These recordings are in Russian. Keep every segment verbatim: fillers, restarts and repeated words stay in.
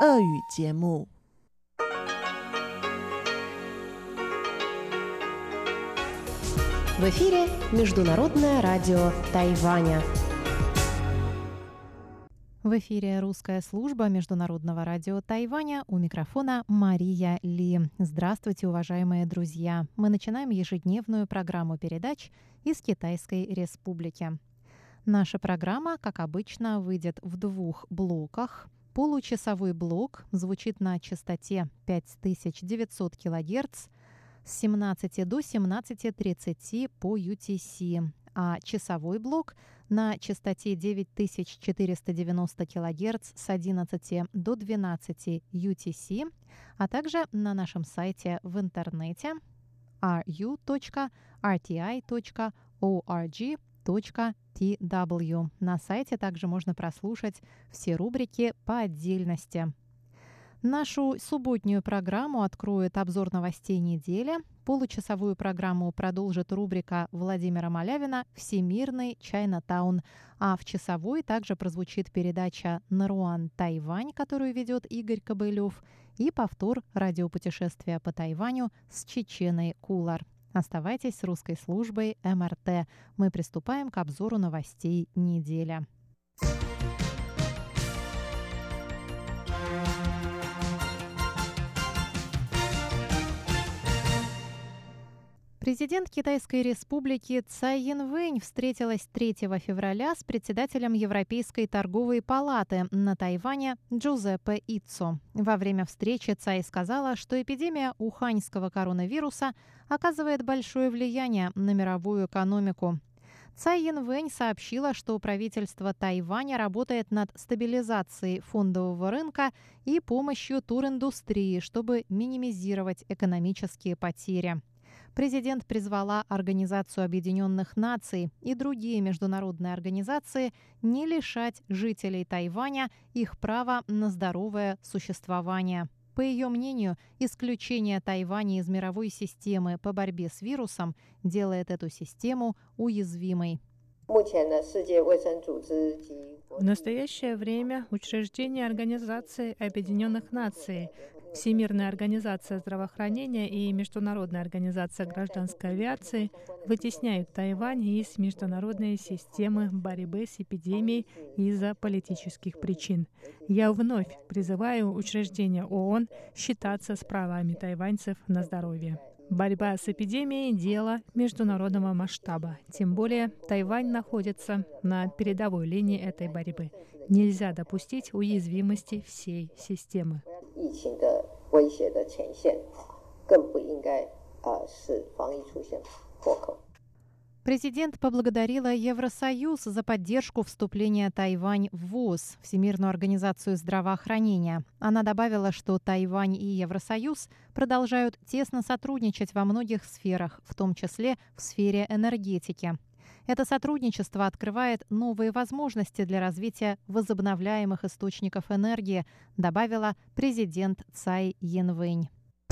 俄语节目。 В эфире Международное радио Тайваня. В эфире русская служба Международного радио Тайваня. У микрофона Мария Ли. Здравствуйте, уважаемые друзья! Мы начинаем ежедневную программу передач из Китайской Республики. Наша программа, как обычно, выйдет в двух блоках. Получасовой блок звучит на частоте пять тысяч девятьсот килогерц с семнадцати до семнадцати тридцати по ю ти си, а часовой блок на частоте девять тысяч четыреста девяносто килогерц с одиннадцати до двенадцати ю ти си, а также на нашем сайте в интернете ар ю точка эр ти ай точка орг точка ти дабл ю. На сайте также можно прослушать все рубрики по отдельности. Нашу субботнюю программу откроет обзор новостей недели. Получасовую программу продолжит рубрика Владимира Малявина «Всемирный Чайнатаун». А в часовой также прозвучит передача «Наруан Тайвань», которую ведет Игорь Кобылев, и повтор радиопутешествия по Тайваню с Чеченой Кулар. Оставайтесь с русской службой эм эр тэ. Мы приступаем к обзору новостей недели. Президент Китайской Республики Цай Янвэнь встретилась третьего февраля с председателем Европейской торговой палаты на Тайване Джузеппе Иццо. Во время встречи Цай сказала, что эпидемия уханьского коронавируса оказывает большое влияние на мировую экономику. Цай Янвэнь сообщила, что правительство Тайваня работает над стабилизацией фондового рынка и помощью туриндустрии, чтобы минимизировать экономические потери. Президент призвала Организацию Объединенных Наций и другие международные организации не лишать жителей Тайваня их права на здоровое существование. По ее мнению, исключение Тайваня из мировой системы по борьбе с вирусом делает эту систему уязвимой. В настоящее время учреждения Организации Объединенных Наций, Всемирная организация здравоохранения и Международная организация гражданской авиации вытесняют Тайвань из международной системы борьбы с эпидемией из-за политических причин. Я вновь призываю учреждения ООН считаться с правами тайваньцев на здоровье. Борьба с эпидемией – дело международного масштаба. Тем более Тайвань находится на передовой линии этой борьбы. Нельзя допустить уязвимости всей системы. Президент поблагодарила Евросоюз за поддержку вступления Тайвань в ВОЗ, Всемирную организацию здравоохранения. Она добавила, что Тайвань и Евросоюз продолжают тесно сотрудничать во многих сферах, в том числе в сфере энергетики. Это сотрудничество открывает новые возможности для развития возобновляемых источников энергии, добавила президент Цай Янвэнь.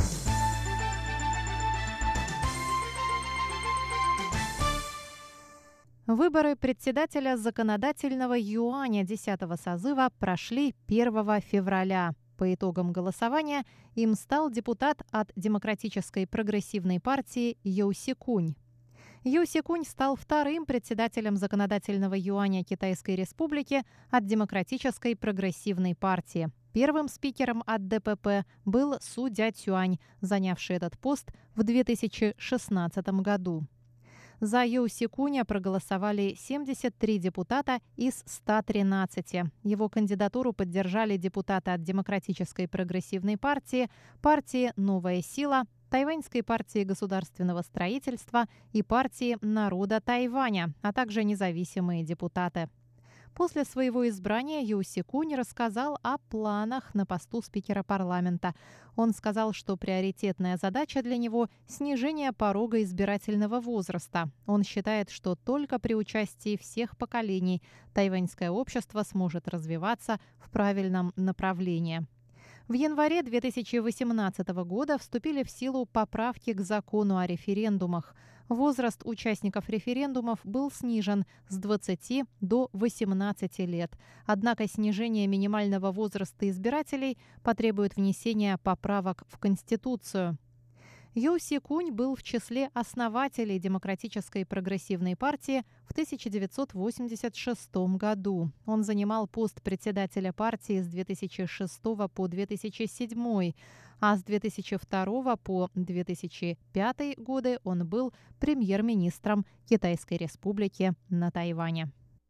Выборы председателя законодательного юаня десятого созыва прошли первого февраля. По итогам голосования им стал депутат от Демократической прогрессивной партии Йоу Си-кунь. Йоу Си-кунь стал вторым председателем законодательного юаня Китайской Республики от Демократической прогрессивной партии. Первым спикером от дэ пэ пэ был Су Дя-Цюань, занявший этот пост в две тысячи шестнадцатом году. За Йоу Си-куня проголосовали семьдесят три депутата из ста тринадцати. Его кандидатуру поддержали депутаты от Демократической прогрессивной партии, партии «Новая сила», Тайваньской партии государственного строительства и партии народа Тайваня, а также независимые депутаты. После своего избрания Йоу Си-кунь рассказал о планах на посту спикера парламента. Он сказал, что приоритетная задача для него – снижение порога избирательного возраста. Он считает, что только при участии всех поколений тайваньское общество сможет развиваться в правильном направлении. В январе две тысячи восемнадцатого года вступили в силу поправки к закону о референдумах. Возраст участников референдумов был снижен с двадцати до восемнадцати лет. Однако снижение минимального возраста избирателей потребует внесения поправок в Конституцию. Ю Си Кунь был в числе основателей Демократической прогрессивной партии в тысяча девятьсот восемьдесят шестом году. Он занимал пост председателя партии с две тысячи шестого по две тысячи седьмой, а с две тысячи второго по две тысячи пятый годы он был премьер-министром Китайской Республики на Тайване.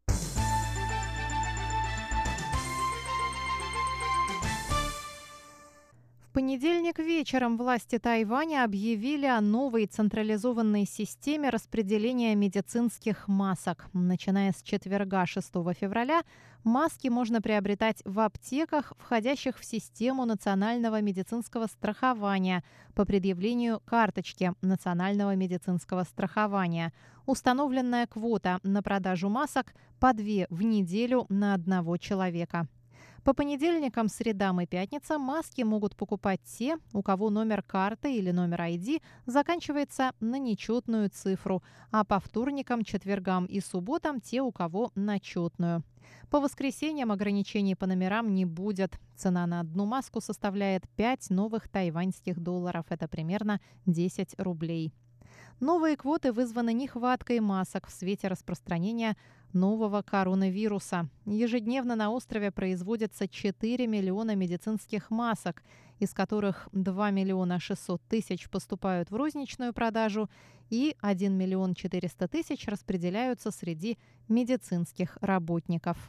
В понедельник вечером власти Тайваня объявили о новой централизованной системе распределения медицинских масок. Начиная с четверга, шестого февраля, маски можно приобретать в аптеках, входящих в систему национального медицинского страхования, по предъявлению карточки национального медицинского страхования. Установленная квота на продажу масок по две в неделю на одного человека. По понедельникам, средам и пятницам маски могут покупать те, у кого номер карты или номер ай ди заканчивается на нечетную цифру, а по вторникам, четвергам и субботам те, у кого на четную. По воскресеньям ограничений по номерам не будет. Цена на одну маску составляет пять новых тайваньских долларов. Это примерно десять рублей. Новые квоты вызваны нехваткой масок в свете распространения нового коронавируса. Ежедневно на острове производится четыре миллиона медицинских масок, из которых два миллиона шестьсот тысяч поступают в розничную продажу и один миллион четыреста тысяч распределяются среди медицинских работников.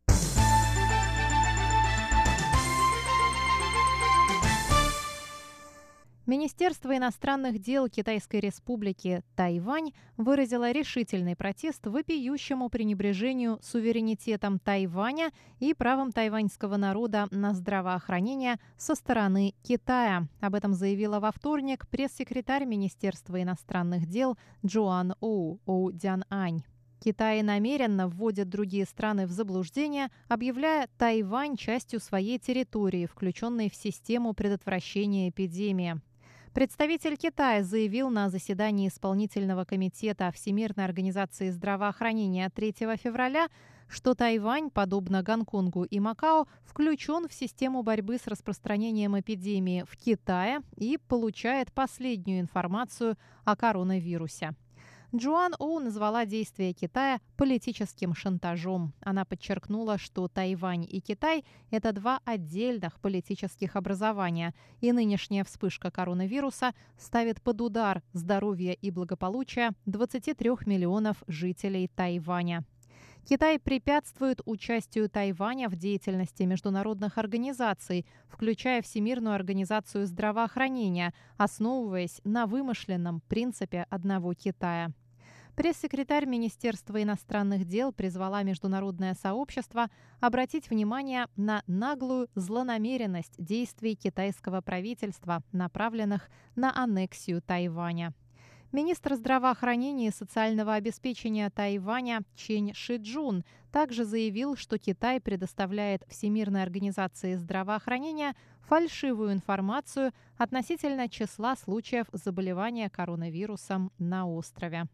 Министерство иностранных дел Китайской Республики Тайвань выразило решительный протест вопиющему пренебрежению суверенитетом Тайваня и правом тайваньского народа на здравоохранение со стороны Китая. Об этом заявила во вторник пресс-секретарь Министерства иностранных дел Джоан Оу Оу Дянань. Китай намеренно вводит другие страны в заблуждение, объявляя Тайвань частью своей территории, включенной в систему предотвращения эпидемии. Представитель Китая заявил на заседании исполнительного комитета Всемирной организации здравоохранения третьего февраля, что Тайвань, подобно Гонконгу и Макао, включен в систему борьбы с распространением эпидемии в Китае и получает последнюю информацию о коронавирусе. Джоан Оу назвала действия Китая политическим шантажом. Она подчеркнула, что Тайвань и Китай – это два отдельных политических образования, и нынешняя вспышка коронавируса ставит под удар здоровье и благополучие двадцати трёх миллионов жителей Тайваня. Китай препятствует участию Тайваня в деятельности международных организаций, включая Всемирную организацию здравоохранения, основываясь на вымышленном принципе одного Китая. Пресс-секретарь Министерства иностранных дел призвала международное сообщество обратить внимание на наглую злонамеренность действий китайского правительства, направленных на аннексию Тайваня. Министр здравоохранения и социального обеспечения Тайваня Чен Шиджун также заявил, что Китай предоставляет Всемирной организации здравоохранения фальшивую информацию относительно числа случаев заболевания коронавирусом на острове.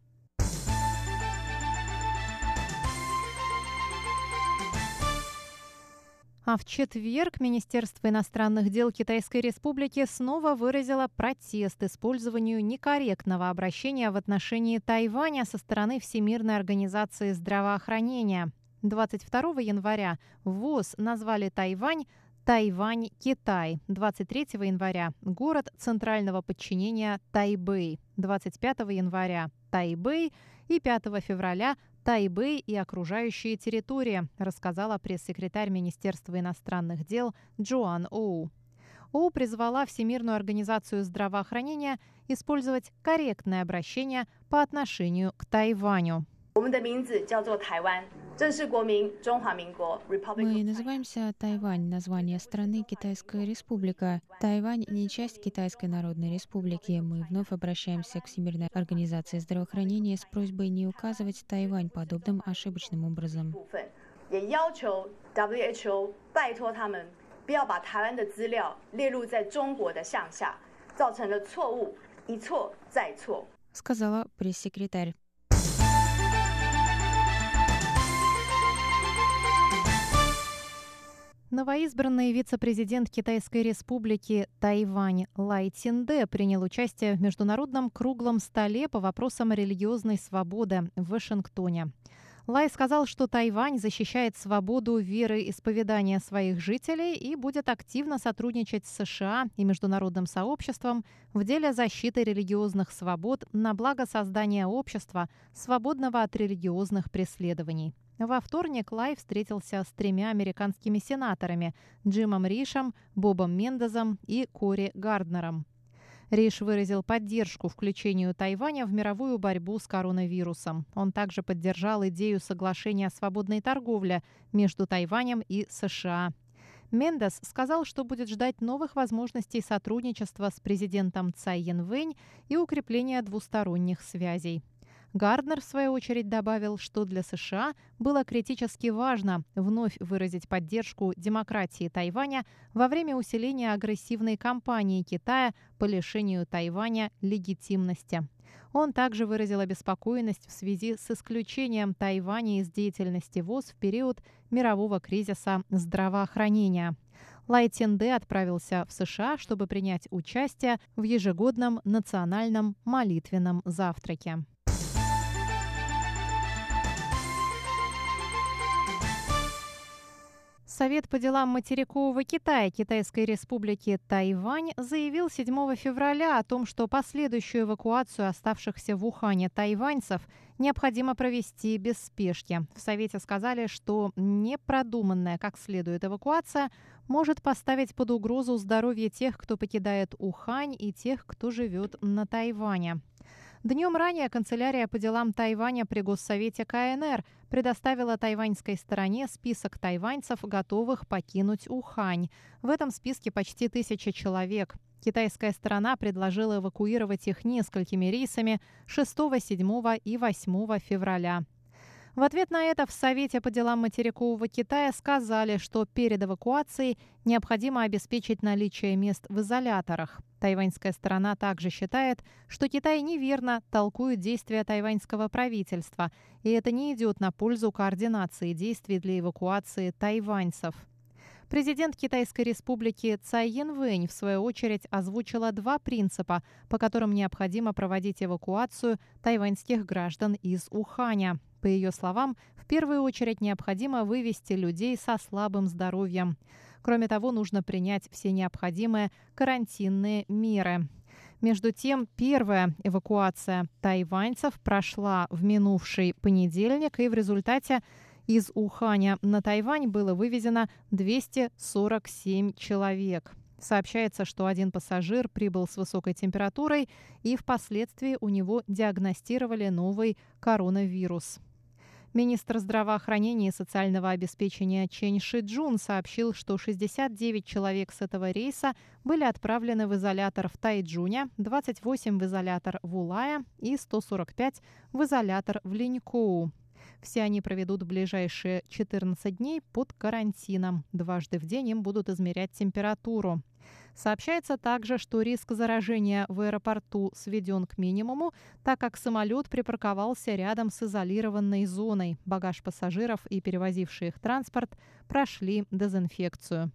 А в четверг Министерство иностранных дел Китайской Республики снова выразило протест использованию некорректного обращения в отношении Тайваня со стороны Всемирной организации здравоохранения. двадцать второго января в ВОЗ назвали Тайвань Тайвань-Китай. двадцать третьего января – город центрального подчинения Тайбэй. двадцать пятого января – Тайбэй и пятого февраля – Тайбэй и окружающие территории, рассказала пресс-секретарь Министерства иностранных дел Джоан Оу. Оу призвала Всемирную организацию здравоохранения использовать корректное обращение по отношению к Тайваню. Мы называемся Тайвань, название страны Китайская Республика. Тайвань не часть Китайской Народной Республики. Мы вновь обращаемся к Всемирной организации здравоохранения с просьбой не указывать Тайвань подобным ошибочным образом. сказала пресс-секретарь. Новоизбранный вице-президент Китайской республики Тайвань Лай Цзиньде принял участие в международном круглом столе по вопросам религиозной свободы в Вашингтоне. Лай сказал, что Тайвань защищает свободу вероисповедания своих жителей и будет активно сотрудничать с США и международным сообществом в деле защиты религиозных свобод на благо создания общества, свободного от религиозных преследований. Во вторник Лай встретился с тремя американскими сенаторами – Джимом Ришем, Бобом Мендезом и Кори Гарднером. Риш выразил поддержку включению Тайваня в мировую борьбу с коронавирусом. Он также поддержал идею соглашения о свободной торговле между Тайванем и США. Мендес сказал, что будет ждать новых возможностей сотрудничества с президентом Цай Янвэнь и укрепления двусторонних связей. Гарднер, в свою очередь, добавил, что для США было критически важно вновь выразить поддержку демократии Тайваня во время усиления агрессивной кампании Китая по лишению Тайваня легитимности. Он также выразил обеспокоенность в связи с исключением Тайваня из деятельности ВОЗ в период мирового кризиса здравоохранения. Лай Цзиньде отправился в США, чтобы принять участие в ежегодном национальном молитвенном завтраке. Совет по делам материкового Китая Китайской республики Тайвань заявил седьмого февраля о том, что последующую эвакуацию оставшихся в Ухане тайваньцев необходимо провести без спешки. В Совете сказали, что непродуманная как следует эвакуация может поставить под угрозу здоровье тех, кто покидает Ухань, и тех, кто живет на Тайване. Днем ранее канцелярия по делам Тайваня при Госсовете ка эн эр предоставила тайваньской стороне список тайваньцев, готовых покинуть Ухань. В этом списке почти тысяча человек. Китайская сторона предложила эвакуировать их несколькими рейсами шестого, седьмого и восьмого февраля. В ответ на это в Совете по делам материкового Китая сказали, что перед эвакуацией необходимо обеспечить наличие мест в изоляторах. Тайваньская сторона также считает, что Китай неверно толкует действия тайваньского правительства, и это не идет на пользу координации действий для эвакуации тайваньцев. Президент Китайской республики Цай Янвэнь, в свою очередь, озвучила два принципа, по которым необходимо проводить эвакуацию тайваньских граждан из Уханя. По ее словам, в первую очередь необходимо вывести людей со слабым здоровьем. Кроме того, нужно принять все необходимые карантинные меры. Между тем, первая эвакуация тайваньцев прошла в минувший понедельник, и в результате из Уханя на Тайвань было вывезено двести сорок семь человек. Сообщается, что один пассажир прибыл с высокой температурой, и впоследствии у него диагностировали новый коронавирус. Министр здравоохранения и социального обеспечения Чен Ши-Джун сообщил, что шестьдесят девять человек с этого рейса были отправлены в изолятор в Тайчжуне, двадцать восемь в изолятор в Улае и сто сорок пять в изолятор в Линькоу. Все они проведут ближайшие четырнадцать дней под карантином. Дважды в день им будут измерять температуру. Сообщается также, что риск заражения в аэропорту сведен к минимуму, так как самолет припарковался рядом с изолированной зоной. Багаж пассажиров и перевозивший их транспорт прошли дезинфекцию.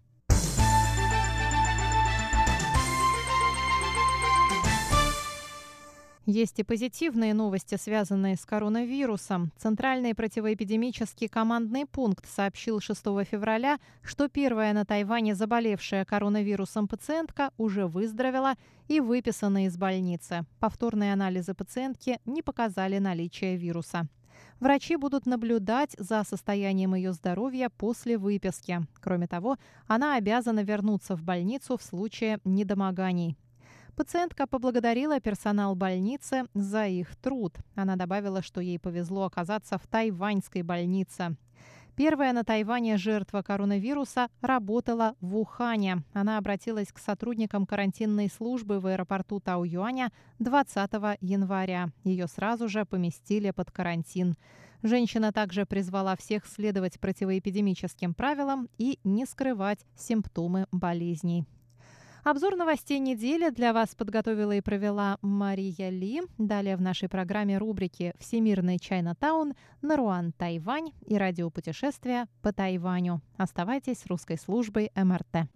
Есть и позитивные новости, связанные с коронавирусом. Центральный противоэпидемический командный пункт сообщил шестого февраля, что первая на Тайване заболевшая коронавирусом пациентка уже выздоровела и выписана из больницы. Повторные анализы пациентки не показали наличие вируса. Врачи будут наблюдать за состоянием ее здоровья после выписки. Кроме того, она обязана вернуться в больницу в случае недомоганий. Пациентка поблагодарила персонал больницы за их труд. Она добавила, что ей повезло оказаться в тайваньской больнице. Первая на Тайване жертва коронавируса работала в Ухане. Она обратилась к сотрудникам карантинной службы в аэропорту Таоюаня двадцатого января. Ее сразу же поместили под карантин. Женщина также призвала всех следовать противоэпидемическим правилам и не скрывать симптомы болезней. Обзор новостей недели для вас подготовила и провела Мария Ли. Далее в нашей программе рубрики «Всемирный Чайнатаун», «Наруан, Тайвань» и радиопутешествия по Тайваню. Оставайтесь с русской службой эм эр тэ.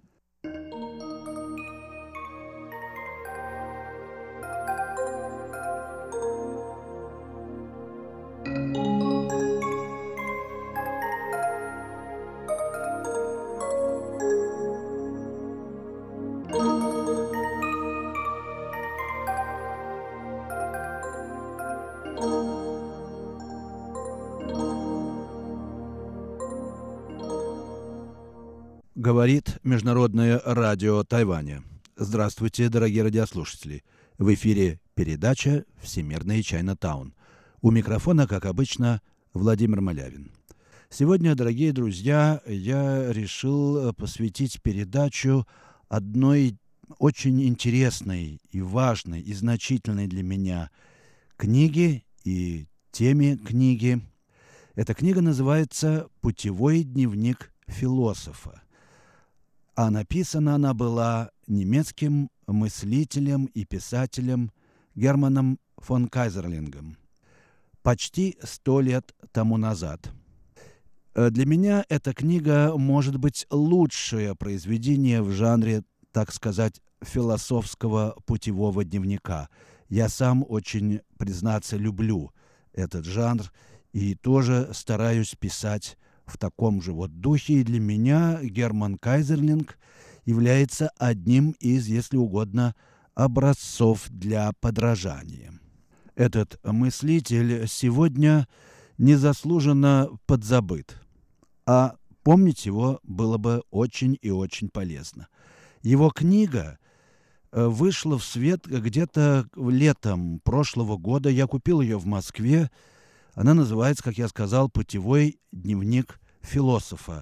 Говорит Международное радио Тайваня. Здравствуйте, дорогие радиослушатели. В эфире передача «Всемирный Чайнатаун». У микрофона, как обычно, Владимир Малявин. Сегодня, дорогие друзья, я решил посвятить передачу одной очень интересной и важной, и значительной для меня книге и теме книги. Эта книга называется «Путевой дневник философа». А написана она была немецким мыслителем и писателем Германом фон Кайзерлингом почти сто лет тому назад. Для меня эта книга может быть лучшее произведение в жанре, так сказать, философского путевого дневника. Я сам очень, признаться, люблю этот жанр и тоже стараюсь писать в таком же вот духе. И для меня Герман Кайзерлинг является одним из, если угодно, образцов для подражания. Этот мыслитель сегодня незаслуженно подзабыт, а помнить его было бы очень и очень полезно. Его книга вышла в свет где-то летом прошлого года. Я купил ее в Москве. Она называется, как я сказал, «Путевой дневник философа»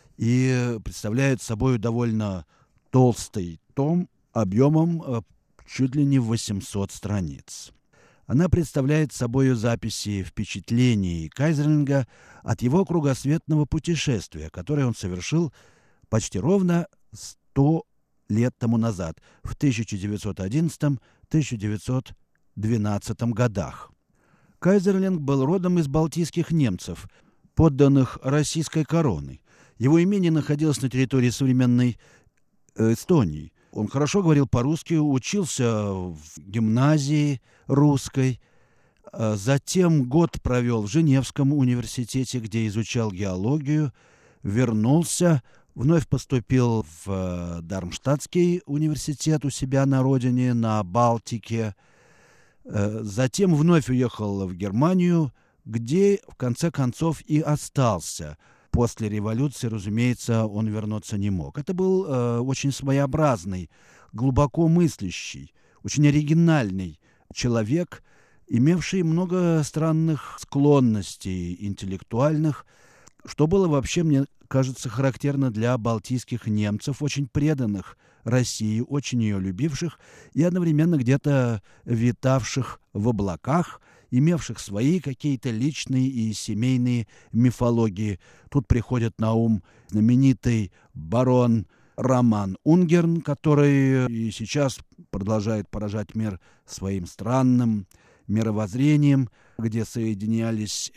и представляет собой довольно толстый том объемом чуть ли не восемьсот страниц. Она представляет собой записи впечатлений Кайзерлинга от его кругосветного путешествия, которое он совершил почти ровно сто лет тому назад, в тысяча девятьсот одиннадцатом — тысяча девятьсот двенадцатом годах. Кайзерлинг был родом из балтийских немцев, подданных российской короны. Его имение находилось на территории современной Эстонии. Он хорошо говорил по-русски, учился в гимназии русской, затем год провел в Женевском университете, где изучал геологию, вернулся, вновь поступил в Дармштадтский университет у себя на родине, на Балтике. Затем вновь уехал в Германию, где в конце концов и остался. После революции, разумеется, он вернуться не мог. Это был э, очень своеобразный, глубоко мыслящий, очень оригинальный человек, имевший много странных склонностей интеллектуальных, что было вообще, мне кажется, характерно для балтийских немцев, очень преданных России, очень ее любивших и одновременно где-то витавших в облаках, имевших свои какие-то личные и семейные мифологии. Тут приходит на ум знаменитый барон Роман Унгерн, который и сейчас продолжает поражать мир своим странным мировоззрением, где соединялись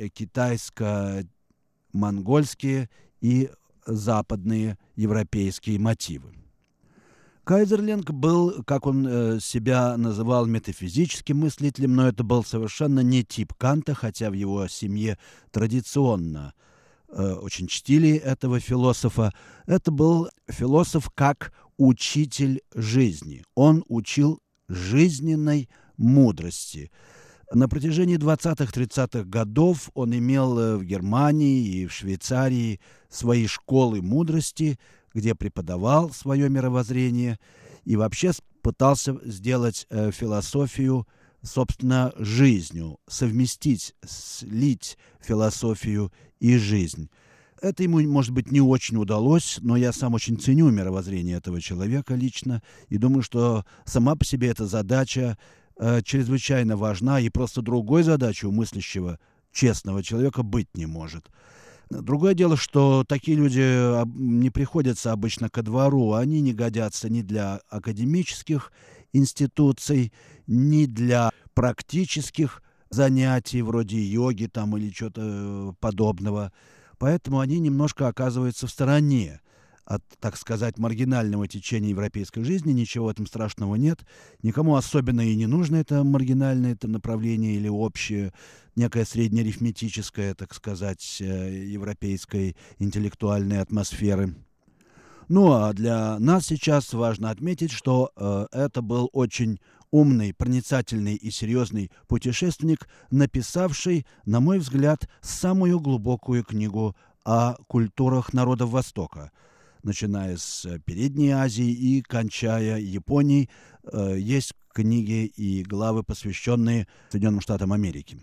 китайско-монгольские и западные европейские мотивы. Кайзерлинг был, как он э, себя называл, метафизическим мыслителем, но это был совершенно не тип Канта, хотя в его семье традиционно э, очень чтили этого философа. Это был философ как учитель жизни. Он учил жизненной мудрости. На протяжении двадцатых-тридцатых годов он имел в Германии и в Швейцарии свои школы мудрости, где преподавал свое мировоззрение и вообще пытался сделать э, философию, собственно, жизнью, совместить, слить философию и жизнь. Это ему, может быть, не очень удалось, но я сам очень ценю мировоззрение этого человека лично и думаю, что сама по себе эта задача э, чрезвычайно важна, и просто другой задачи у мыслящего, честного человека быть не может. Другое дело, что такие люди не приходятся обычно ко двору, они не годятся ни для академических институций, ни для практических занятий вроде йоги там или чего-то подобного. Поэтому они немножко оказываются в стороне от, так сказать, маргинального течения европейской жизни. Ничего в этом страшного нет. Никому особенно и не нужно это маргинальное это направление или общее, некое среднеарифметическое, так сказать, европейской интеллектуальной атмосферы. Ну а для нас сейчас важно отметить, что э, это был очень умный, проницательный и серьезный путешественник, написавший, на мой взгляд, самую глубокую книгу о культурах народов Востока. Начиная с Передней Азии и кончая Японией, э, есть книги и главы, посвященные Соединенным Штатам Америки.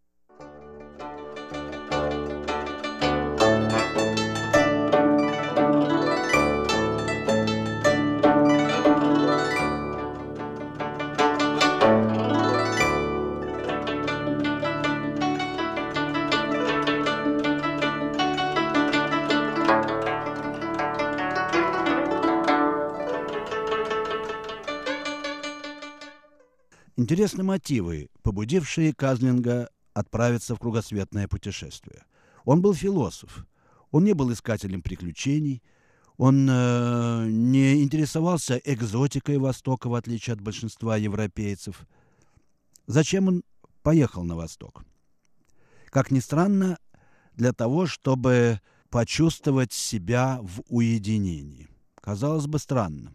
Интересны мотивы, побудившие Казлинга отправиться в кругосветное путешествие. Он был философ, он не был искателем приключений, он э, не интересовался экзотикой Востока, в отличие от большинства европейцев. Зачем он поехал на Восток? Как ни странно, для того, чтобы почувствовать себя в уединении. Казалось бы, странно.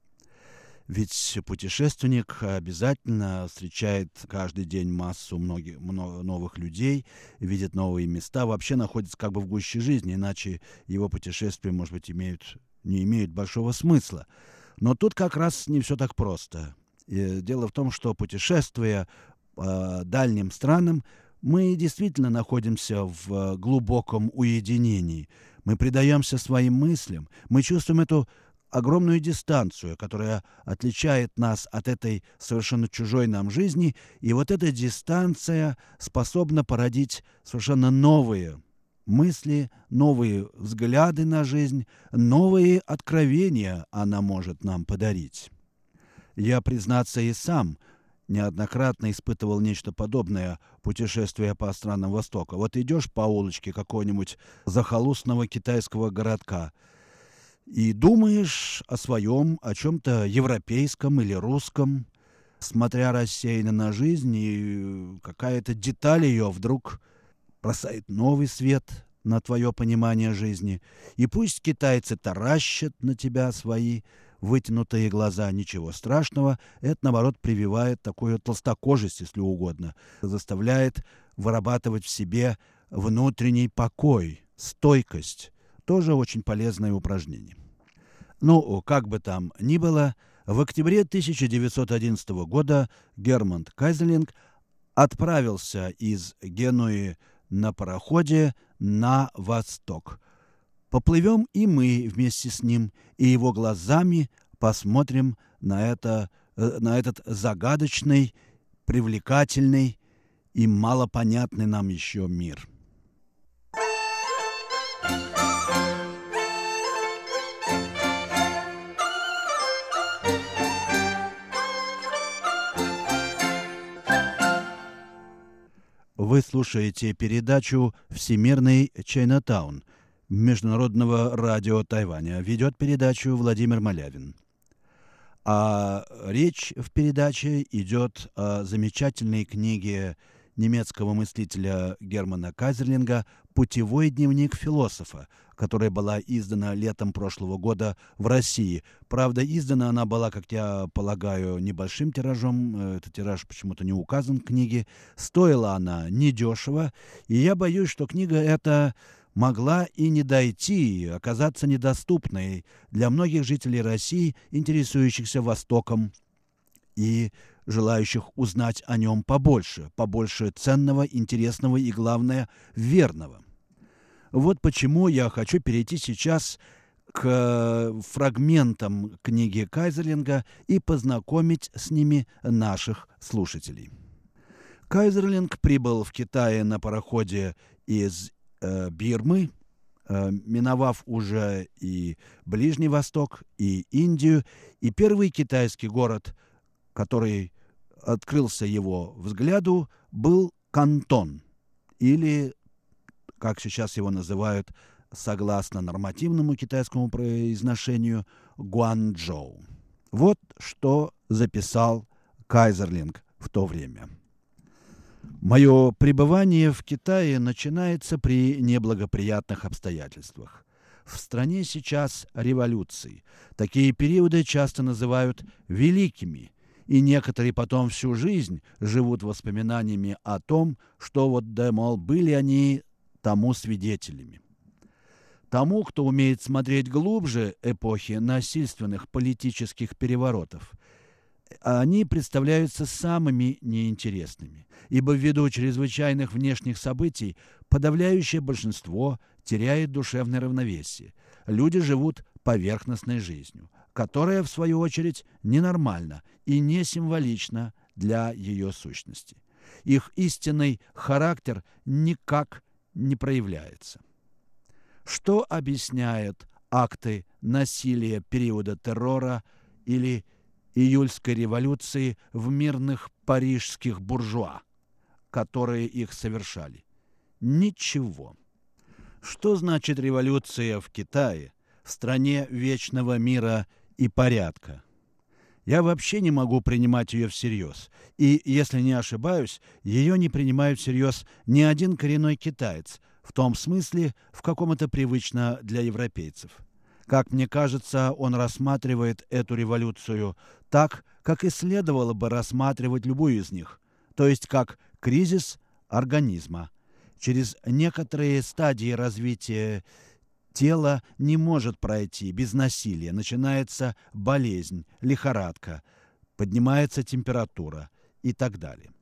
Ведь путешественник обязательно встречает каждый день массу многих, много новых людей, видит новые места, вообще находится как бы в гуще жизни, иначе его путешествия, может быть, имеют, не имеют большого смысла. Но тут как раз не все так просто. И дело в том, что, путешествуя по дальним странам, мы действительно находимся в глубоком уединении. Мы предаемся своим мыслям, мы чувствуем эту огромную дистанцию, которая отличает нас от этой совершенно чужой нам жизни, и вот эта дистанция способна породить совершенно новые мысли, новые взгляды на жизнь, новые откровения она может нам подарить. Я, признаться, и сам неоднократно испытывал нечто подобное, путешествуя по странам Востока. Вот идешь по улочке какого-нибудь захолустного китайского городка, и думаешь о своем, о чем-то европейском или русском, смотря рассеянно на жизнь, и какая-то деталь ее вдруг бросает новый свет на твое понимание жизни. И пусть китайцы таращат на тебя свои вытянутые глаза, ничего страшного, это, наоборот, прививает такую толстокожесть, если угодно, заставляет вырабатывать в себе внутренний покой, стойкость. Тоже очень полезное упражнение. Ну, как бы там ни было, в октябре тысяча девятьсот одиннадцатого года Герман Кайзерлинг отправился из Генуи на пароходе на восток. Поплывем и мы вместе с ним, и его глазами посмотрим на, это, на этот загадочный, привлекательный и малопонятный нам еще мир. Вы слушаете передачу «Всемирный Чайнатаун» Международного радио Тайваня. Ведет передачу Владимир Малявин. А речь в передаче идет о замечательной книге немецкого мыслителя Германа Кайзерлинга «Путевой дневник философа», которая была издана летом прошлого года в России. Правда, издана она была, как я полагаю, небольшим тиражом. Этот тираж почему-то не указан в книге. Стоила она недешево, и я боюсь, что книга эта могла и не дойти, оказаться недоступной для многих жителей России, интересующихся Востоком и желающих узнать о нем побольше, побольше ценного, интересного и, главное, верного. Вот почему я хочу перейти сейчас к фрагментам книги Кайзерлинга и познакомить с ними наших слушателей. Кайзерлинг прибыл в Китае на пароходе из э, Бирмы, миновав уже и Ближний Восток, и Индию, и первый китайский город, который открылся его взгляду, был Кантон, или, как сейчас его называют, согласно нормативному китайскому произношению, Гуанчжоу. Вот что записал Кайзерлинг в то время. «Мое пребывание в Китае начинается при неблагоприятных обстоятельствах. В стране сейчас революции. Такие периоды часто называют великими, и некоторые потом всю жизнь живут воспоминаниями о том, что вот, да, мол, были они тому свидетелями. Тому, кто умеет смотреть глубже эпохи насильственных политических переворотов, они представляются самыми неинтересными, ибо ввиду чрезвычайных внешних событий подавляющее большинство теряет душевное равновесие. Люди живут поверхностной жизнью, которая, в свою очередь, ненормальна и не символична для ее сущности. Их истинный характер никак не проявляется. Что объясняет акты насилия периода террора или июльской революции в мирных парижских буржуа, которые их совершали? Ничего. Что значит революция в Китае, в стране вечного мира и порядка? Я вообще не могу принимать ее всерьез. И, если не ошибаюсь, ее не принимает всерьез ни один коренной китаец, в том смысле, в каком это привычно для европейцев. Как мне кажется, он рассматривает эту революцию так, как и следовало бы рассматривать любую из них, то есть как кризис организма. Через некоторые стадии развития тело не может пройти без насилия. Начинается болезнь, лихорадка, поднимается температура и так далее.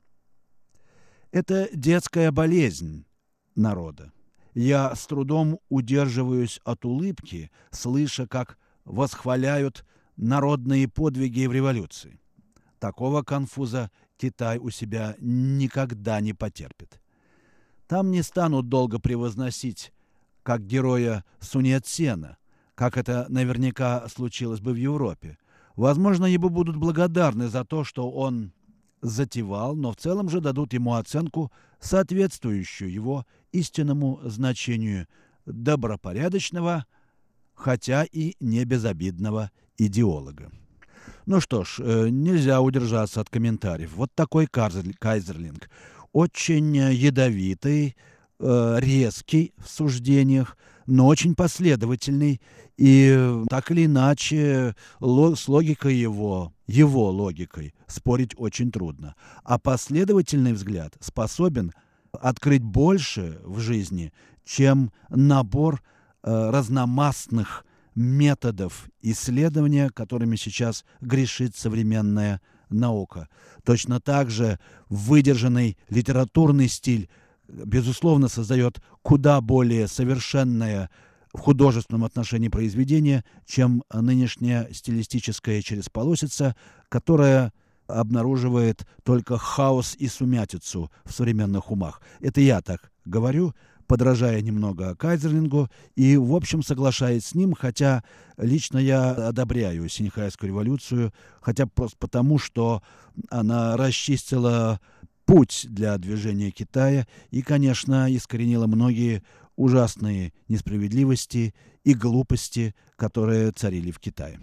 Это детская болезнь народа. Я с трудом удерживаюсь от улыбки, слыша, как восхваляют народные подвиги в революции. Такого конфуза Китай у себя никогда не потерпит. Там не станут долго превозносить как героя Сунь Яцена, как это наверняка случилось бы в Европе. Возможно, ему будут благодарны за то, что он затевал, но в целом же дадут ему оценку, соответствующую его истинному значению добропорядочного, хотя и не безобидного идеолога. Ну что ж, нельзя удержаться от комментариев. Вот такой Кайзерлинг. Очень ядовитый, резкий в суждениях, но очень последовательный. И так или иначе с логикой его, его логикой спорить очень трудно. А последовательный взгляд способен открыть больше в жизни, чем набор э, разномастных методов исследования, которыми сейчас грешит современная наука. Точно так же выдержанный литературный стиль, безусловно, создает куда более совершенное в художественном отношении произведение, чем нынешняя стилистическая чересполосица, которая обнаруживает только хаос и сумятицу в современных умах. Это я так говорю, подражая немного Кайзерлингу и, в общем, соглашаясь с ним, хотя лично я одобряю Синьхайскую революцию, хотя просто потому, что она расчистила путь для движения Китая и, конечно, искоренила многие ужасные несправедливости и глупости, которые царили в Китае.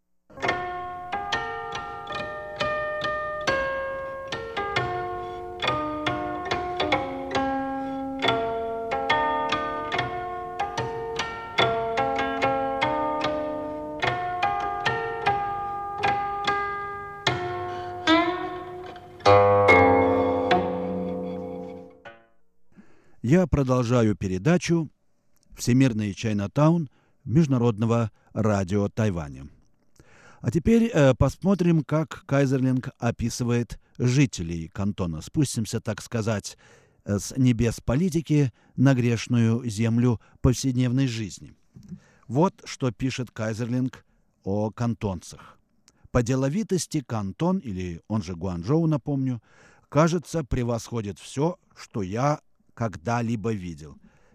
Я продолжаю передачу «Всемирный Чайнатаун» Международного радио Тайваня. А теперь э, посмотрим, как Кайзерлинг описывает жителей Кантона. Спустимся, так сказать, с небес политики на грешную землю повседневной жизни. Вот что пишет Кайзерлинг о кантонцах. По деловитости Кантон, или он же Гуанчжоу, напомню, кажется, превосходит все, что я когда-либо видел.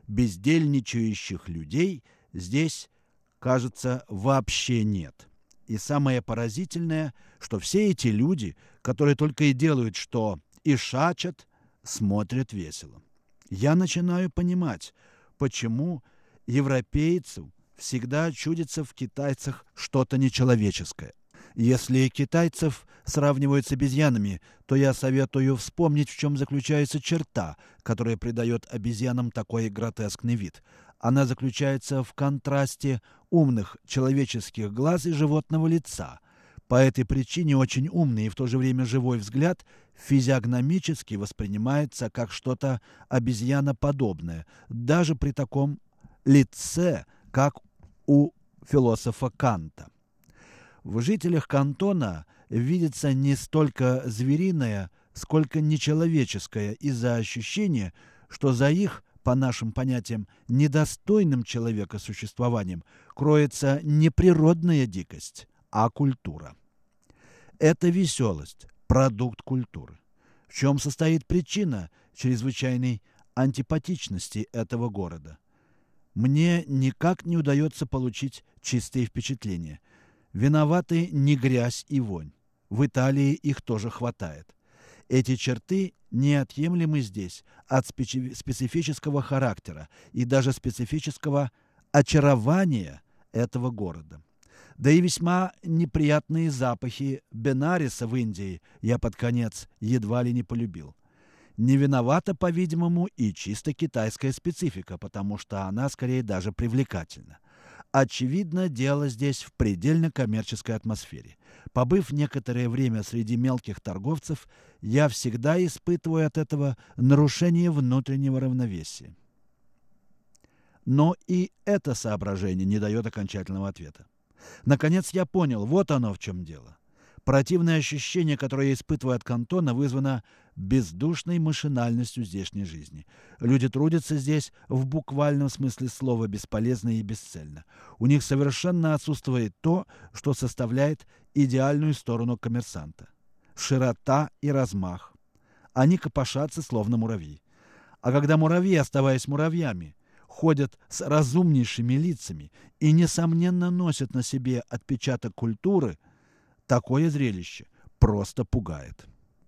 бездельничающих людей здесь, кажется, вообще нет. И самое поразительное, что все эти люди, которые только и делают, что и шачат, смотрят весело. Я начинаю понимать, почему европейцу всегда чудится в китайцах что-то нечеловеческое. Если китайцев сравнивают с обезьянами, то я советую вспомнить, в чем заключается черта, которая придает обезьянам такой гротескный вид. Она заключается в контрасте умных человеческих глаз и животного лица. По этой причине очень умный и в то же время живой взгляд физиогномически воспринимается как что-то обезьяноподобное, даже при таком лице, как у философа Канта. В жителях Кантона видится не столько звериное, сколько нечеловеческое из-за ощущения, что за их, по нашим понятиям, недостойным человека существованием кроется не природная дикость, а культура. Это веселость, продукт культуры. В чем состоит причина чрезвычайной антипатичности этого города? Мне никак не удается получить чистые впечатления. Виноваты не грязь и вонь. В Италии их тоже хватает. Эти черты неотъемлемы здесь от специ- специфического характера и даже специфического очарования этого города. Да и весьма неприятные запахи Бенариса в Индии я под конец едва ли не полюбил. Не виновата, по-видимому, и чисто китайская специфика, потому что она скорее даже привлекательна. Очевидно, дело здесь в предельно коммерческой атмосфере. Побыв некоторое время среди мелких торговцев, я всегда испытываю от этого нарушение внутреннего равновесия. Но и это соображение не дает окончательного ответа. Наконец я понял, вот оно в чем дело. Противное ощущение, которое я испытываю от Кантона, вызвано бездушной машинальностью здешней жизни. Люди трудятся здесь в буквальном смысле слова бесполезно и бесцельно. У них совершенно отсутствует то, что составляет идеальную сторону коммерсанта. Широта и размах. Они копошатся, словно муравьи. А когда муравьи, оставаясь муравьями, ходят с разумнейшими лицами и, несомненно, носят на себе отпечаток культуры, такое зрелище просто пугает.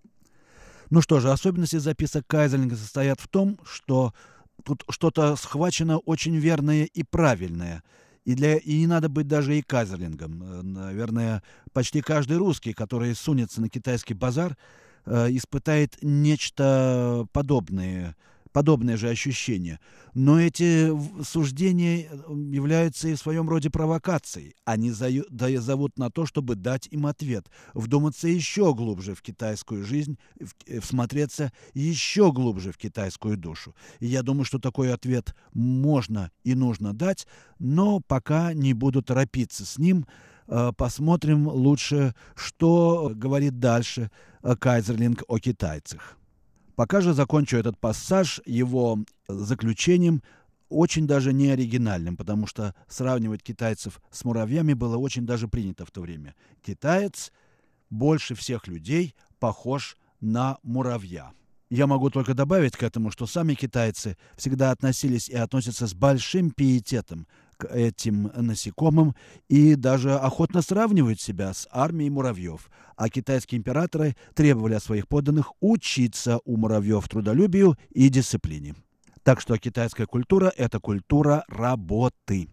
Ну что же, особенности записок Кайзерлинга состоят в том, что тут что-то схвачено очень верное и правильное. И, для, и не надо быть даже и Кайзерлингом. Наверное, почти каждый русский, который сунется на китайский базар, э, испытает нечто подобное, подобное же ощущение. Но эти суждения являются и в своем роде провокацией. Они зовут на то, чтобы дать им ответ, вдуматься еще глубже в китайскую жизнь, всмотреться еще глубже в китайскую душу. И я думаю, что такой ответ можно и нужно дать, но пока не буду торопиться с ним. Посмотрим лучше, что говорит дальше Кайзерлинг о китайцах. Пока же закончу этот пассаж его заключением, очень даже не оригинальным, потому что сравнивать китайцев с муравьями было очень даже принято в то время. Китаец больше всех людей похож на муравья. Я могу только добавить к этому, что сами китайцы всегда относились и относятся с большим пиететом к этим насекомым и даже охотно сравнивают себя с армией муравьев. А китайские императоры требовали от своих подданных учиться у муравьев трудолюбию и дисциплине. Так что китайская культура – это культура работы.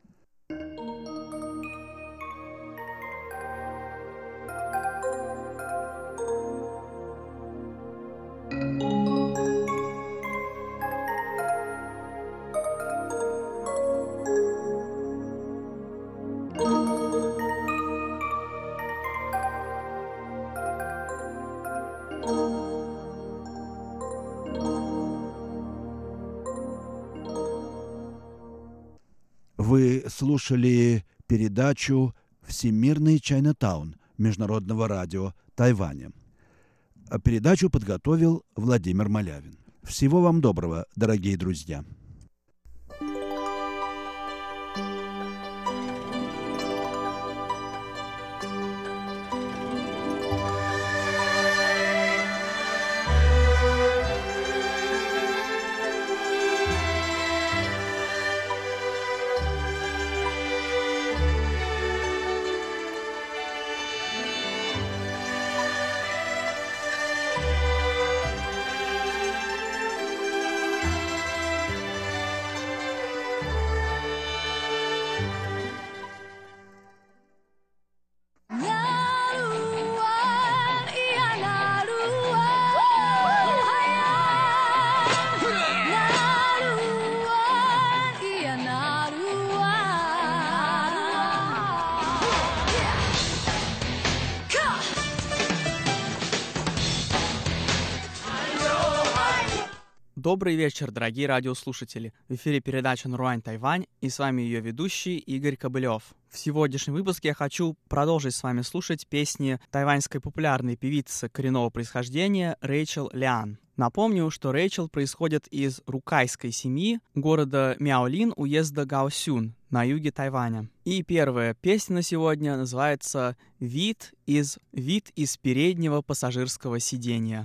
Вы слушали передачу «Всемирный Чайнатаун» Международного радио Тайваня. Передачу подготовил Владимир Малявин. Всего вам доброго, дорогие друзья. Добрый вечер, дорогие радиослушатели. В эфире передача «Наруань Тайвань» и с вами ее ведущий Игорь Кобылев. В сегодняшнем выпуске я хочу продолжить с вами слушать песни тайваньской популярной певицы коренного происхождения Рэйчел Лян. Напомню, что Рэйчел происходит из рукайской семьи города Мяолин, уезда Гаосюн на юге Тайваня. И первая песня на сегодня называется «Вид из, вид из переднего пассажирского сиденья».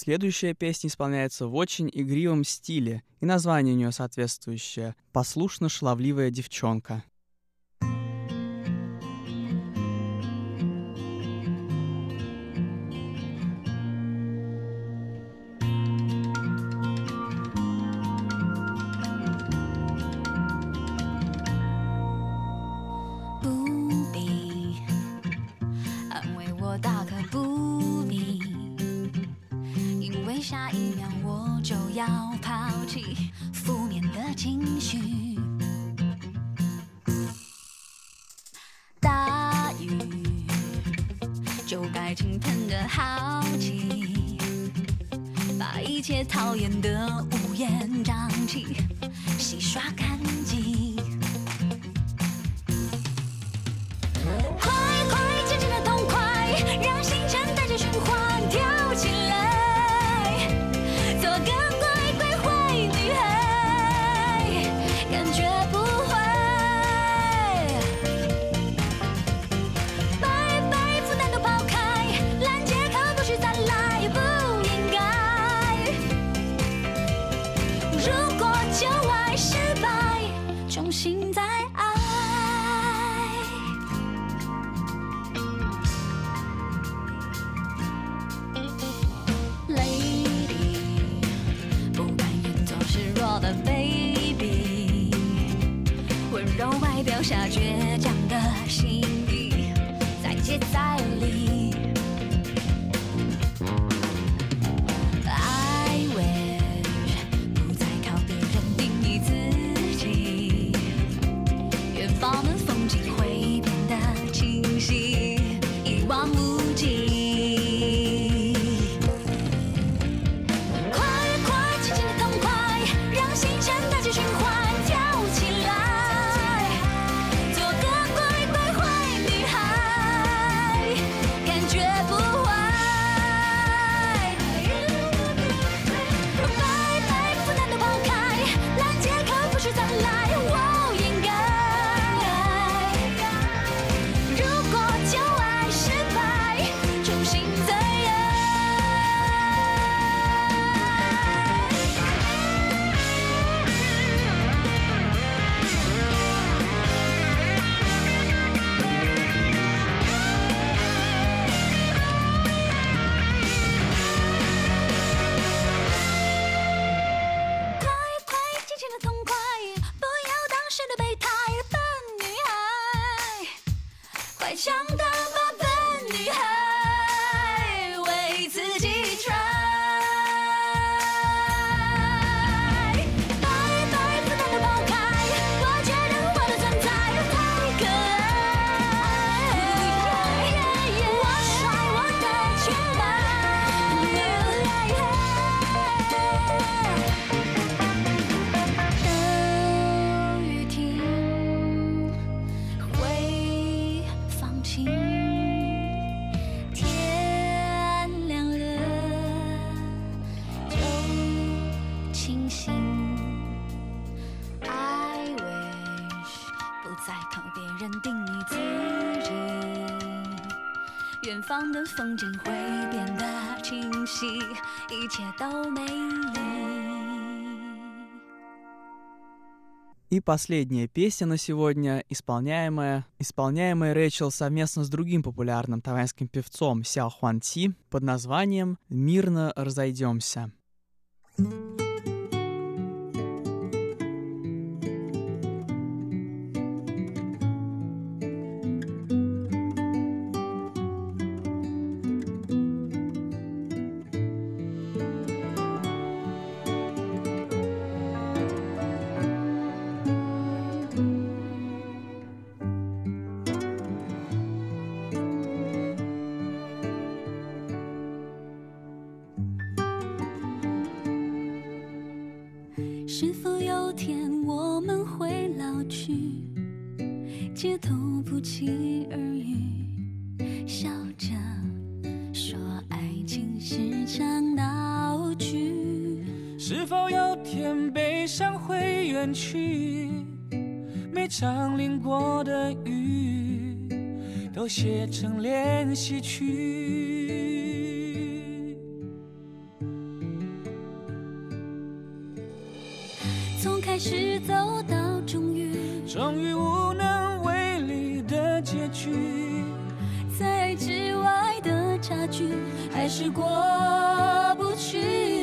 Следующая песня исполняется в очень игривом стиле, и название у нее соответствующее «Послушно-шаловливая девчонка». 讨厌的乌烟瘴气洗刷干净，快快渐渐的痛快，让新陈代谢循环跳起来，做个乖乖坏女孩，感觉不会，拜拜负担都抛开，烂借口不许再来，不应该。如果旧爱失败，重新再爱。Lady， 不甘愿做示弱的 baby， 温柔外表下倔强的心意，再接再厉。我们风景会变得清晰，一望无际。快快轻轻的痛快，让新陈代谢循环跳起来，做个乖乖坏女孩，感觉不坏。拜拜负担都抛开，烂借口不许再来。强大吧，笨女孩，为自己 try。拜拜，负担都抛开，我觉得我的存在太可爱。我甩我的裙摆，等雨停。天亮了就清醒 I wish 不再靠别人定义自己，远方的风景会变得清晰，一切都美丽。 И последняя песня на сегодня, исполняемая, исполняемая Рэйчел совместно с другим популярным тайваньским певцом Сяо Хуан Ци под названием «Мирно разойдемся». 是否有天我们会老去，街头不期而遇，笑着说爱情是场闹剧。 是否有天悲伤会远去，每场淋过的雨都写成练习曲。 开始走到终于， 终于无能为力的结局， 在爱之外的差距还是过不去，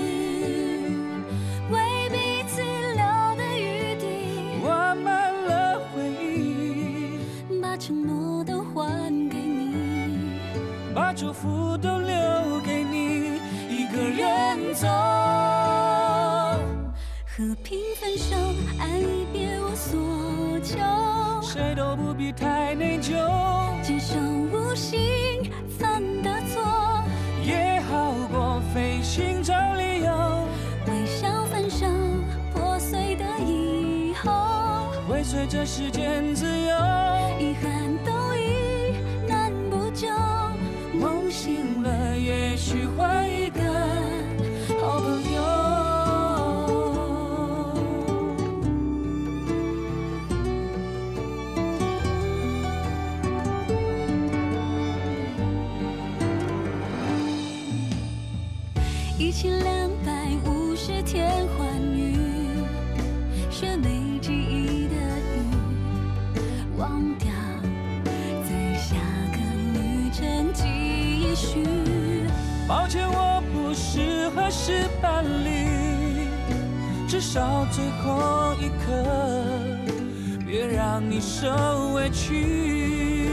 为彼此留的余地挖满了回忆， 把承诺都还给你， 把祝福都留给你，一个人走。 和平分手，爱已别无所求， 谁都不必太内疚， 接受无心犯的错， 也好过费心找理由， 微笑分手，破碎的以后， 会随着时间自由， 遗憾都已难补救， 梦醒了也许换一个好朋友。 一千两百五十天欢愉，学没记忆的雨，忘掉在下个旅程继续。 抱歉，我不适合是伴侣，至少最后一刻，别让你受委屈。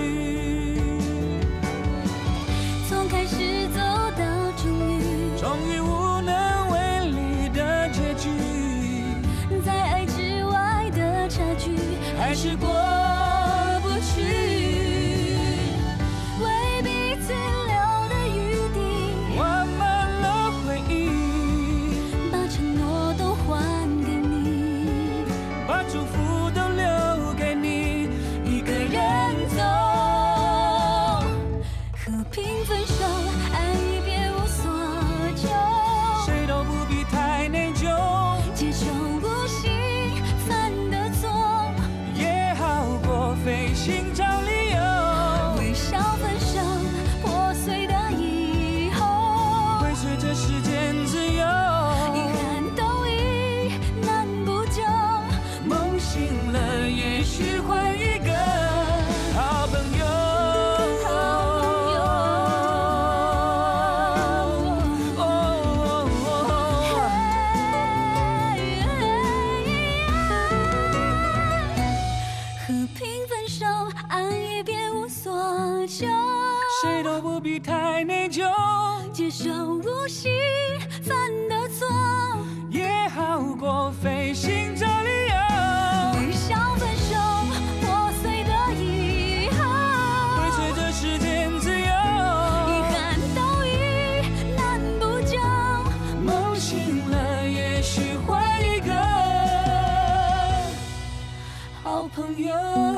从开始走到终于， 终于无能为力的结局， 在爱之外的差距还是过不去， 为彼此留的余地挖满了回忆， 把承诺都还给你， 把祝福都留给你，一个人走。 和平分手，爱已别无所求， 谁都不必太内疚， 接受无心犯的错， 也好过费心找理由， 微笑分手，破碎的以后， 会随着时间自由， 遗憾都已难补救， 梦醒了也许换一个好朋友。 和平分手，爱已别无所求， 谁都不必太内疚， 接受无心犯的错， 也好过费心找理由， 微笑分手，破碎的以后， 会随着时间自由， 遗憾都已难补救， 梦醒了也许换一个好朋友。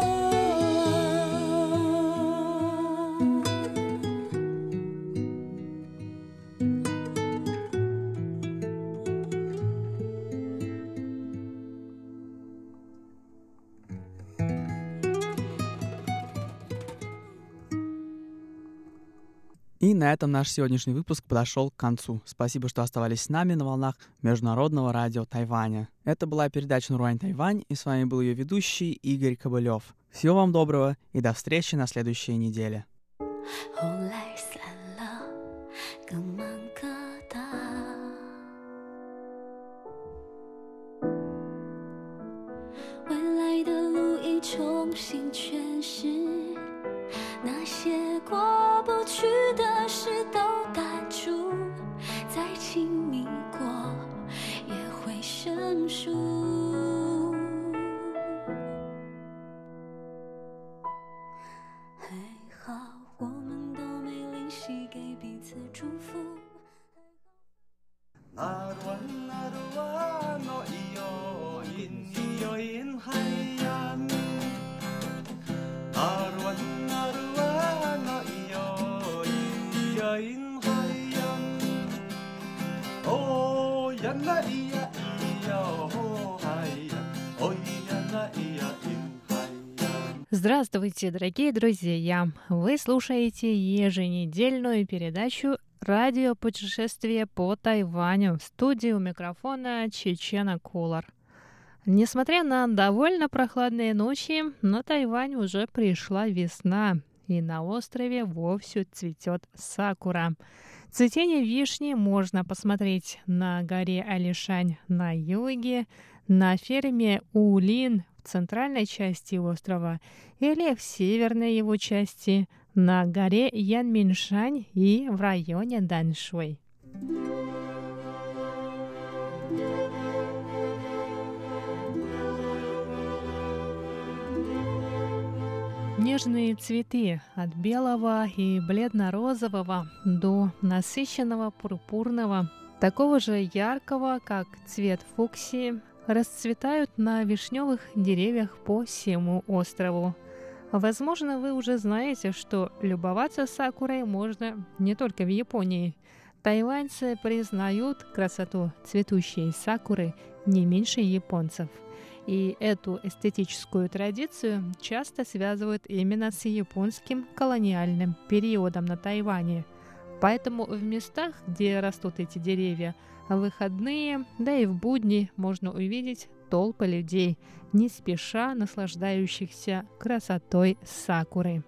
И на этом наш сегодняшний выпуск подошел к концу. Спасибо, что оставались с нами на волнах Международного радио Тайваня. Это была передача «Наруань Тайвань», и с вами был ее ведущий Игорь Кобылев. Всего вам доброго и до встречи на следующей неделе. 后来散了，各忙各的，未来的路已重新诠释，那些过不去的事都淡出，再亲密过也会生疏。还好我们都没灵犀给彼此祝福。 Здравствуйте, дорогие друзья! Вы слушаете еженедельную передачу «Радио путешествие по Тайваню». В студии у микрофона Чечена Кулар. Несмотря на довольно прохладные ночи, на Тайвань уже пришла весна, и на острове вовсю цветет сакура. Цветение вишни можно посмотреть на горе Алишань на юге, на ферме Улин в центральной части острова или в северной его части, на горе Янминшань и в районе Даньшуй. Нежные цветы от белого и бледно-розового до насыщенного пурпурного, такого же яркого, как цвет фуксии, расцветают на вишневых деревьях по всему острову. Возможно, вы уже знаете, что любоваться сакурой можно не только в Японии. Тайваньцы признают красоту цветущей сакуры не меньше японцев. И эту эстетическую традицию часто связывают именно с японским колониальным периодом на Тайване. Поэтому в местах, где растут эти деревья, в выходные, да и в будни можно увидеть толпы людей, не спеша наслаждающихся красотой сакуры.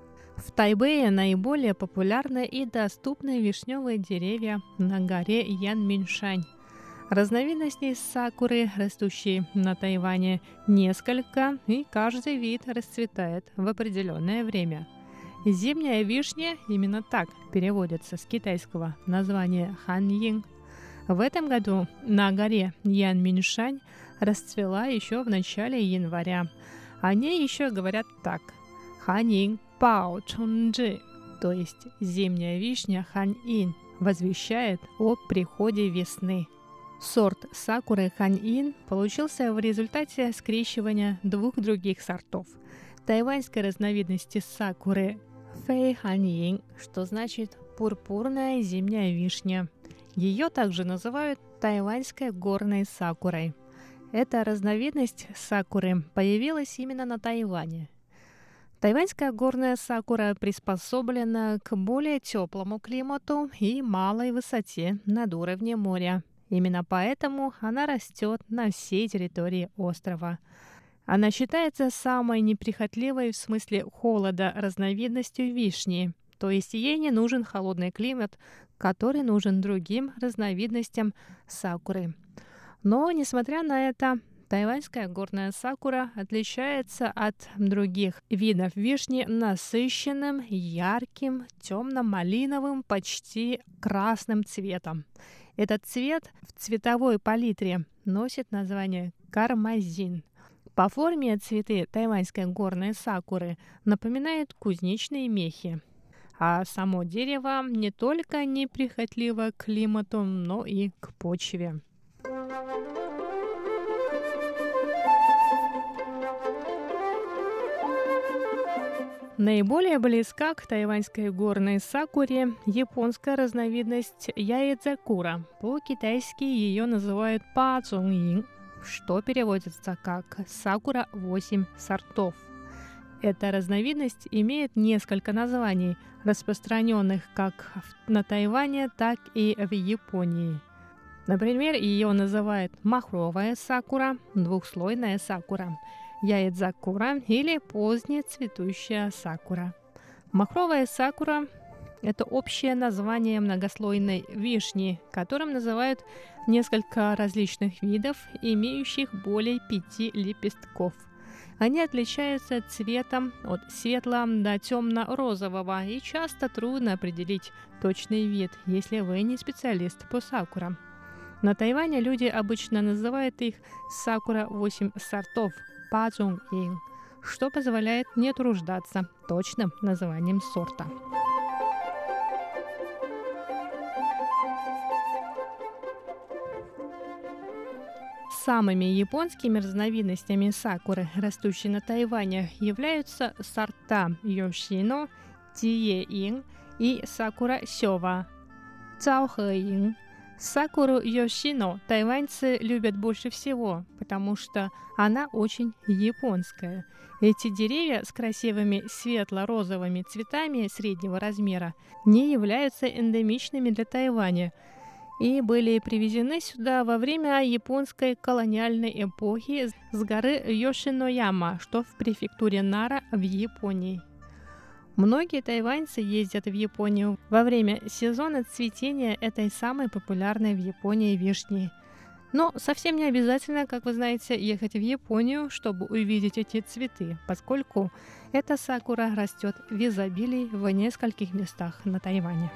В Тайбэе наиболее популярны и доступны вишневые деревья на горе Янминшань. Разновидностей сакуры, растущей на Тайване, несколько, и каждый вид расцветает в определенное время. Зимняя вишня именно так переводится с китайского названия ханьин. В этом году на горе Янминшань расцвела еще в начале января. О ней еще говорят так: ханьин пао чунджи, то есть зимняя вишня ханьин, возвещает о приходе весны. Сорт сакуры ханьин получился в результате скрещивания двух других сортов тайваньской разновидности сакуры фэй ханьин, что значит пурпурная зимняя вишня. Ее также называют тайваньской горной сакурой. Эта разновидность сакуры появилась именно на Тайване. Тайваньская горная сакура приспособлена к более теплому климату и малой высоте над уровнем моря. Именно поэтому она растет на всей территории острова. Она считается самой неприхотливой в смысле холода разновидностью вишни, то есть ей не нужен холодный климат, который нужен другим разновидностям сакуры. Но, несмотря на это, тайваньская горная сакура отличается от других видов вишни насыщенным, ярким, темно-малиновым, почти красным цветом. Этот цвет в цветовой палитре носит название кармазин. По форме цветы тайваньской горной сакуры напоминают кузнечные мехи. А само дерево не только неприхотливо к климату, но и к почве. Наиболее близка к тайваньской горной сакуре японская разновидность яэцзакура. По-китайски ее называют па цунъин, что переводится как «сакура восемь сортов». Эта разновидность имеет несколько названий, распространенных как на Тайване, так и в Японии. Например, ее называют махровая сакура, двухслойная сакура, яэцзакура или поздняя цветущая сакура. Махровая сакура – это общее название многослойной вишни, которым называют несколько различных видов, имеющих более пяти лепестков. Они отличаются цветом от светлого до темно-розового, и часто трудно определить точный вид, если вы не специалист по сакурам. На Тайване люди обычно называют их сакура восемь сортов – па цунъин, что позволяет не труждаться точным названием сорта. Самыми японскими разновидностями сакуры, растущей на Тайване, являются сорта Йошино, Тиеин и сакура Сёва, Цаохэин. Сакуру Йошино тайваньцы любят больше всего, потому что она очень японская. Эти деревья с красивыми светло-розовыми цветами среднего размера не являются эндемичными для Тайваня. и были привезены сюда во время японской колониальной эпохи с горы Йошинояма, что в префектуре Нара в Японии. Многие тайваньцы ездят в Японию во время сезона цветения этой самой популярной в Японии вишни. Но совсем не обязательно, как вы знаете, ехать в Японию, чтобы увидеть эти цветы, поскольку эта сакура растет в изобилии в нескольких местах на Тайване.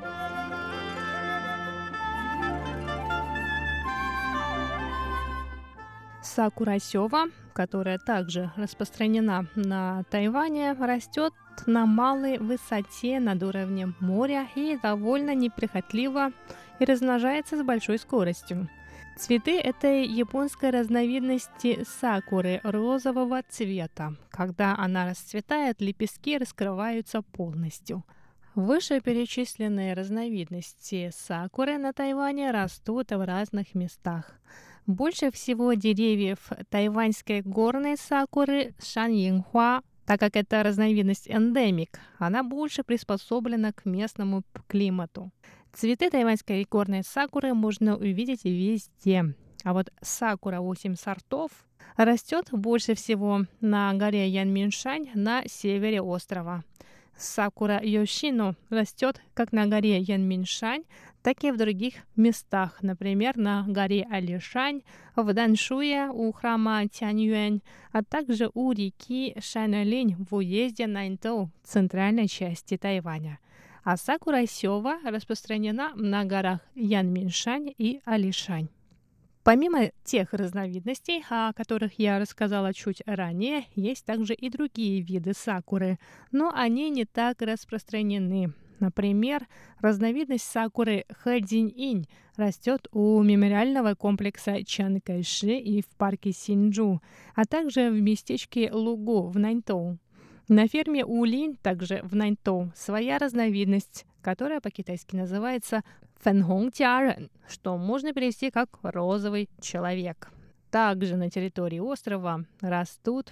Сакура сёва, которая также распространена на Тайване, растет на малой высоте над уровнем моря и довольно неприхотливо и размножается с большой скоростью. Цветы этой японской разновидности сакуры розового цвета. Когда она расцветает, лепестки раскрываются полностью. Вышеперечисленные разновидности сакуры на Тайване растут в разных местах. Больше всего деревьев тайваньской горной сакуры шаньинхуа, так как это разновидность эндемик, она больше приспособлена к местному климату. Цветы тайваньской горной сакуры можно увидеть везде. А вот сакура восемь сортов растет больше всего на горе Янминшань на севере острова. Сакура Йошино растет как на горе Янминшань, так и в других местах, например, на горе Алишань, в Даншуе у храма Тяньюэнь, а также у реки Шанолинь в уезде Наньтоу, центральной части Тайваня. А сакура сёва распространена на горах Янминшань и Алишань. Помимо тех разновидностей, о которых я рассказала чуть ранее, есть также и другие виды сакуры, но они не так распространены. Например, разновидность сакуры хэдзинь-инь растет у мемориального комплекса Чан Кайши и в парке Синджу, а также в местечке Лугу в Наньтоу. На ферме Улинь, также в Наньтоу, своя разновидность, которая по-китайски называется фэнхонг-тярэн, что можно перевести как «розовый человек». Также на территории острова растут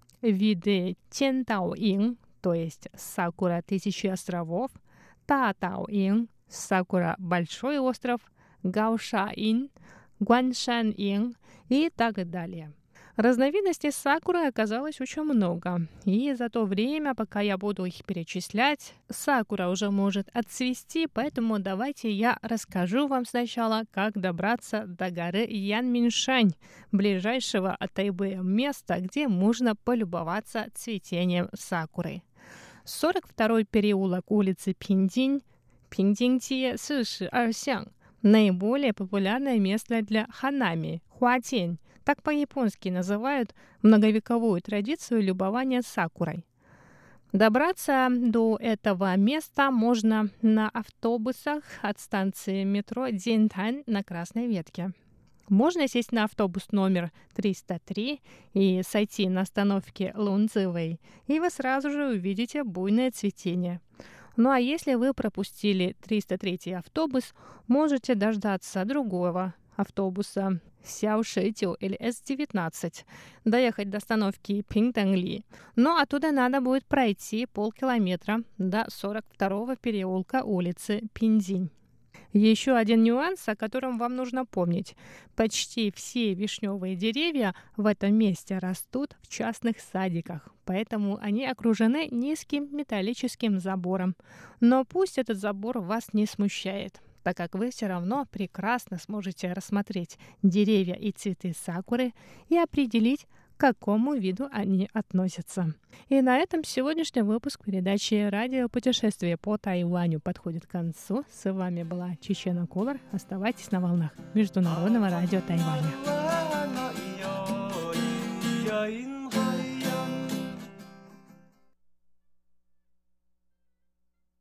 виды тянтаоин, то есть сакура тысячи островов, татаоин, сакура большой остров, гаошаин, гуаншанин и так далее. Разновидностей сакуры оказалось очень много, и за то время, пока я буду их перечислять, сакура уже может отцвести, поэтому давайте я расскажу вам сначала, как добраться до горы Янминшань, ближайшего от Тайбэя места, где можно полюбоваться цветением сакуры. сорок второй переулок улицы Пиндинь, Пиндиньтие Сыши Арсян, наиболее популярное место для ханами, хуатень. Так по-японски называют многовековую традицию любования сакурой. Добраться до этого места можно на автобусах от станции метро Дзинтань на Красной Ветке. Можно сесть на автобус номер триста три и сойти на остановке Лунцзывэй, и вы сразу же увидите буйное цветение. Ну а если вы пропустили триста третий автобус, можете дождаться другого автобуса Сяошэдю или эс девятнадцать, доехать до остановки Пингтангли. Но оттуда надо будет пройти полкилометра до сорок второго переулка улицы Пиндинь. Еще один нюанс, о котором вам нужно помнить. Почти все вишневые деревья в этом месте растут в частных садиках, поэтому они окружены низким металлическим забором. Но пусть этот забор вас не смущает, так как вы все равно прекрасно сможете рассмотреть деревья и цветы сакуры и определить, к какому виду они относятся. И на этом сегодняшний выпуск передачи «Радиопутешествие по Тайваню» подходит к концу. С вами была Чечена Колор. Оставайтесь на волнах Международного радио Тайваня.